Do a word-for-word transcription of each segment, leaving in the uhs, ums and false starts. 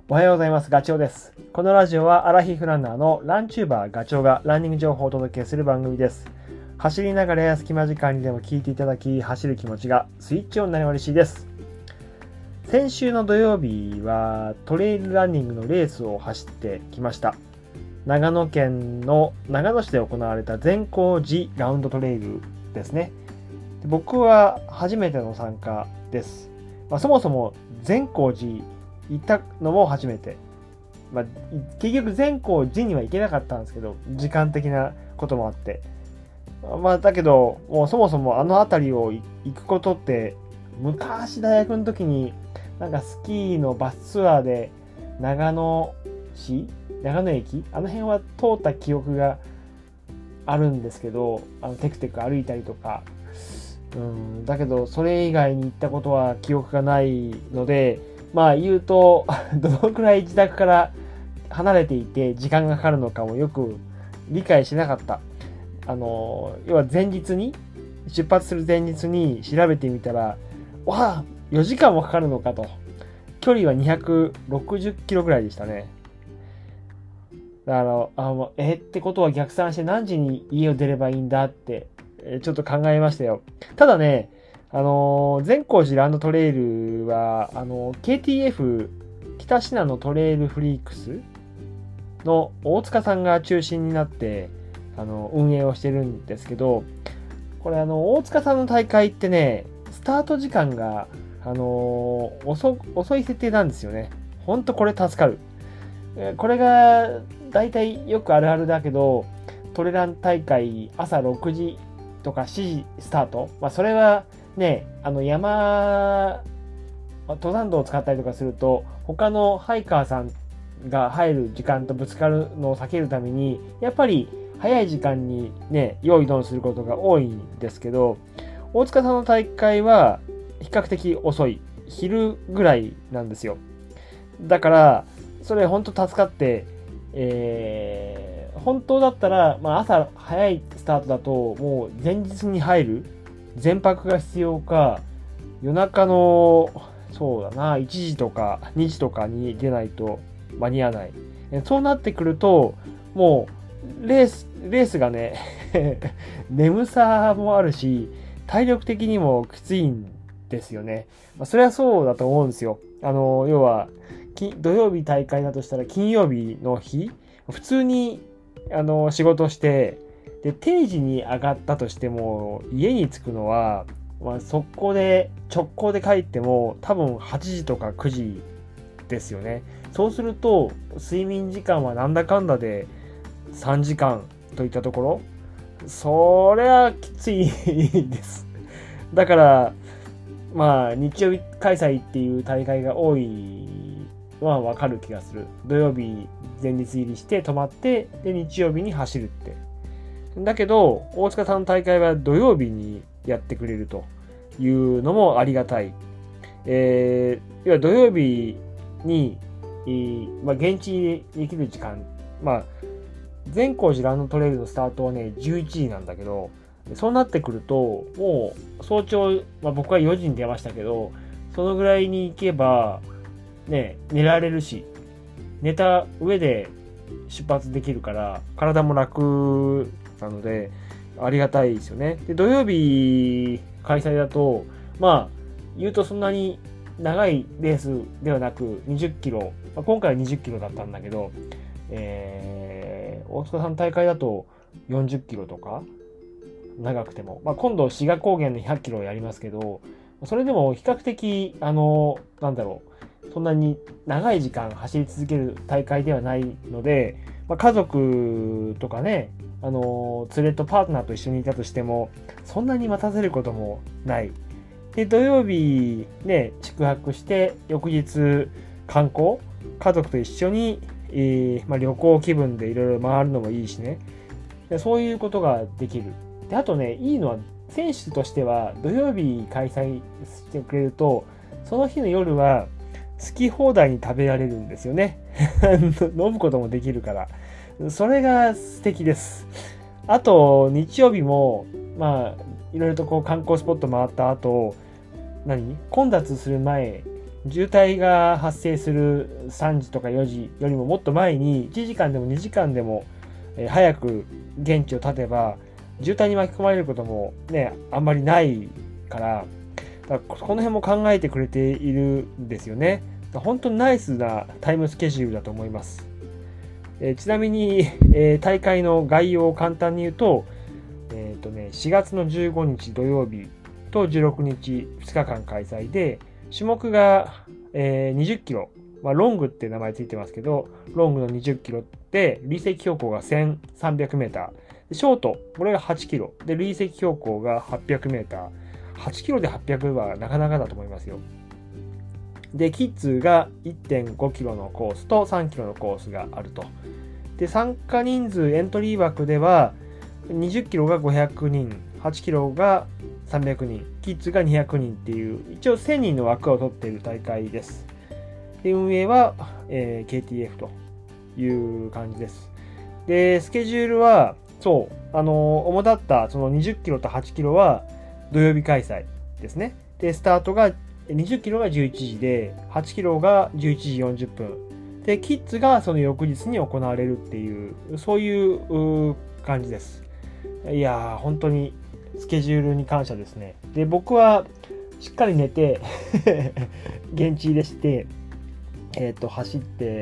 おはようございます。ガチョウです。このラジオはアラヒフランナーのランチューバーガチョウがランニング情報をお届けする番組です。走りながらや隙間時間にでも聞いていただき、走る気持ちがスイッチオンになり嬉しいです。先週の土曜日はトレイルランニングのレースを走ってきました。長野県の長野市で行われた善光寺ラウンドトレイルですね。僕は初めての参加です。まあ、そもそも善光寺行ったのも初めて。まあ、結局善光寺には行けなかったんですけど、時間的なこともあって。まあ、だけど、もうそもそもあの辺りを行くことって、昔大学の時に、なんかスキーのバスツアーで長野市長野駅あの辺は通った記憶があるんですけど、あのテクテク歩いたりとか、うん、だけどそれ以外に行ったことは記憶がないので、まあ言うとどのくらい自宅から離れていて時間がかかるのかもよく理解しなかった。あの要は前日に出発する前日に調べてみたら、わあよじかんもかかるのかと。距離はにひゃくろくじゅっキロぐらいでしたね。だからあのえってことは逆算して何時に家を出ればいいんだってちょっと考えましたよ。ただね、あのー、善光寺ランドトレイルは、あのー、ケーティーエフ 北信濃トレイルフリークスの大塚さんが中心になって、あのー、運営をしてるんですけど、これあの大塚さんの大会ってね、スタート時間が、あのー、遅遅い設定なんですよね。ほんとこれ助かる。これが大体よくあるあるだけど、トレラン大会朝ろくじとかしちじスタート。まあそれはね、あの山、登山道を使ったりとかすると、他のハイカーさんが入る時間とぶつかるのを避けるために、やっぱり早い時間にね、用意ドンすることが多いんですけど、大塚さんの大会は比較的遅い。昼ぐらいなんですよ。だから、それ本当助かって、えー、本当だったら、まあ、朝早いスタートだともう前日に入る前泊が必要か、夜中のそうだな、いちじとかにじとかに出ないと間に合わない。そうなってくると、もうレース、レースがね眠さもあるし、体力的にもきついんですよね。まあ、それはそうだと思うんですよ。あの、要は、土曜日大会だとしたら金曜日の日、普通にあの仕事して、で、定時に上がったとしても、家に着くのは、まあ、速攻で、直行で帰っても、多分はちじとかくじですよね。そうすると、睡眠時間はなんだかんだでさんじかんといったところ、それはきついです。だから、まあ、日曜日開催っていう大会が多いのはわかる気がする。土曜日前日入りして泊まって、で、日曜日に走るって。だけど、大塚さんの大会は土曜日にやってくれるというのもありがたい。えー、要は土曜日に、まあ、現地にできる時間、まあ、善光寺ランドトレイルのスタートはね、じゅういちじなんだけど、そうなってくると、もう早朝、まあ、僕はよじに出ましたけど、そのぐらいに行けば、ね、寝られるし、寝た上で出発できるから、体も楽なので、ありがたいですよね。で、土曜日開催だと、まあ、言うとそんなに長いレースではなく、にじゅっキロ、まあ、今回はにじゅっキロだったんだけど、えー、大塚さん大会だとよんじゅっキロとか、長くても。まあ、今度、志賀高原のひゃっキロをやりますけど、それでも比較的、あの、なんだろう、そんなに長い時間走り続ける大会ではないので、まあ、家族とかね、あの、連れとパートナーと一緒にいたとしても、そんなに待たせることもない。で、土曜日ね、宿泊して、翌日観光、家族と一緒に、えーまあ、旅行気分でいろいろ回るのもいいしね。でそういうことができる。で、あとね、いいのは、選手としては土曜日開催してくれると、その日の夜は好き放題に食べられるんですよね。飲むこともできるから。それが素敵です。あと、日曜日も、まあ、いろいろとこう観光スポット回った後、何混雑する前渋滞が発生するさんじとかよじよりももっと前にいちじかんでもにじかんでも早く現地を立てば渋滞に巻き込まれることもねあんまりないから、だからこの辺も考えてくれているんですよね。本当にナイスなタイムスケジュールだと思います。えー、ちなみに、えー、大会の概要を簡単に言うと、えーとね、しがつのじゅうごにち土曜日とじゅうろくにちふつかかん開催で、種目が、えー、にじゅっキロ、まあ、ロングって名前ついてますけど、ロングのにじゅっキロで累積標高がせんさんびゃくメーター、ショートこれがはちキロで累積標高がはっぴゃくメーター、はちキロではっぴゃくはなかなかだと思いますよ。で、キッズが いってんごキロのコースとさんキロのコースがあると。で、参加人数、エントリー枠では、にじゅっキロがごひゃくにん、はちキロがさんびゃくにん、キッズがにひゃくにんっていう、一応せんにんの枠を取っている大会です。で、運営は、えー、ケーティーエフ という感じです。で、スケジュールは、そう、あのー、主だったそのにじゅっキロとはちキロは土曜日開催ですね。で、スタートがにじゅっキロがじゅういちじで、はちキロがじゅういちじよんじゅっぷん。で、キッズがその翌日に行われるっていう、そういう感じです。いやー、本当にスケジュールに感謝ですね。で、僕はしっかり寝て、現地入れして、えっと、走って、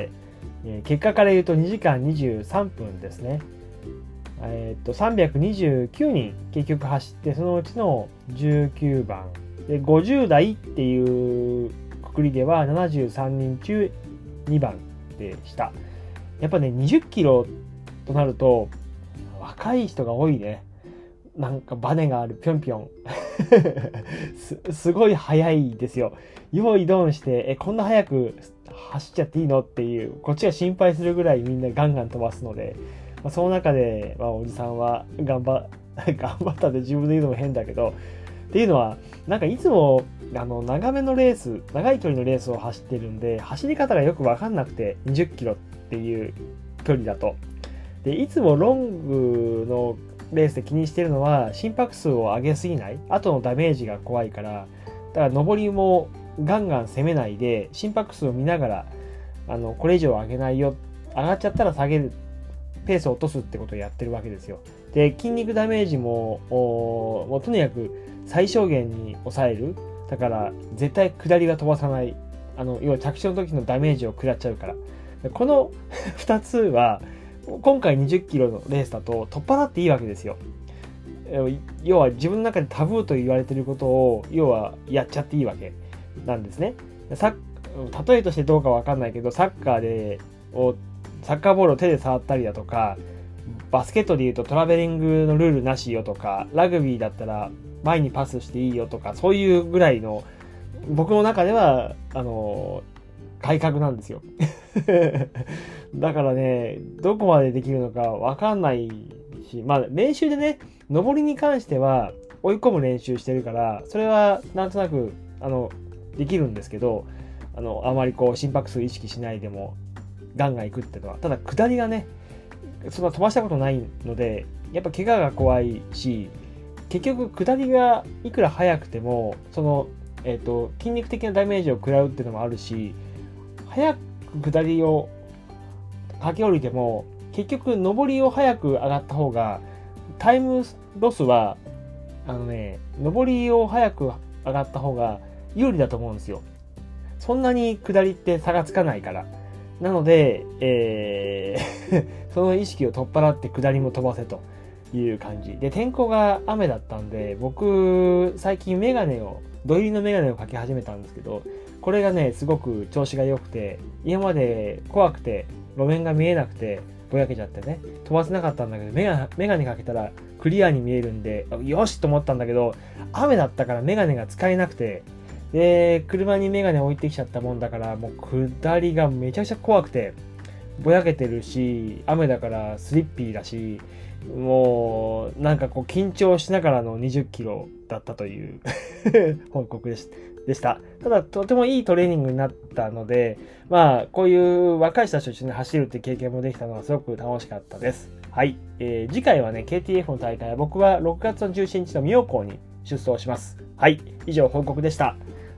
結果から言うとにじかんにじゅうさんぷんですね。えっと、さんびゃくにじゅうきゅうにん結局走って、そのうちのじゅうきゅうばん。でごじゅう代っていうくくりではななじゅうさんにん中にばんでした。やっぱねにじゅっキロとなると若い人が多いね。なんかバネがあるぴょんぴょんす, すごい速いですよ。用意ドンしてえこんな速く走っちゃっていいのっていうこっちが心配するぐらいみんなガンガン飛ばすので、まあ、その中で、まあ、おじさんは頑張頑張ったって自分で言うのも変だけどっていうのはなんかいつもあの長めのレース長い距離のレースを走ってるんで走り方がよく分かんなくてにじゅっキロっていう距離だとでいつもロングのレースで気にしてるのは心拍数を上げすぎない後のダメージが怖いからだから上りもガンガン攻めないで心拍数を見ながらあのこれ以上上げないよ上がっちゃったら下げるペースを落とすってことをやってるわけですよ。で筋肉ダメージももうとにかく最小限に抑えるだから絶対下りは飛ばさないあの要は着地の時のダメージを食らっちゃうからこのふたつは今回にじゅっキロのレースだと取っ払っていいわけですよ。要は自分の中でタブーと言われていることを要はやっちゃっていいわけなんですね。さ例えとしてどうかわかんないけどサッカーでサッカーボールを手で触ったりだとかバスケットでいうとトラベリングのルールなしよとかラグビーだったら前にパスしていいよとかそういうぐらいの僕の中ではあの改革なんですよだからねどこまでできるのかわかんないしまあ練習でね上りに関しては追い込む練習してるからそれはなんとなくあのできるんですけどあのあまりこう心拍数意識しないでもガンガンいくっていうのはただ下りがねそんな飛ばしたことないのでやっぱ怪我が怖いし結局下りがいくら速くてもその、えーと、筋肉的なダメージを食らうっていうのもあるし速く下りを駆け下りても結局上りを速く上がった方がタイムロスはあのね上りを速く上がった方が有利だと思うんですよ。そんなに下りって差がつかないからなので、えー、その意識を取っ払って下りも飛ばせという感じで天候が雨だったんで僕最近メガネを土入りのメガネをかけ始めたんですけどこれがねすごく調子が良くて今まで怖くて路面が見えなくてぼやけちゃってね飛ばせなかったんだけどメガ、メガネかけたらクリアに見えるんでよしと思ったんだけど雨だったからメガネが使えなくてで車にメガネ置いてきちゃったもんだからもう下りがめちゃくちゃ怖くてぼやけてるし雨だからスリッピーだしもうなんかこう緊張しながらのにじゅっキロだったという報告でしでした。ただとてもいいトレーニングになったのでまあこういう若い人たちと一緒に走るって経験もできたのはすごく楽しかったです。はい、えー、次回はね ケーティーエフ の大会は僕はろくがつのじゅうしちにちの妙高に出走します。はい、以上報告でした。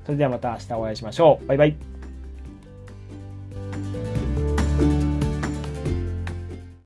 それではまた明日お会いしましょう。バイバイ。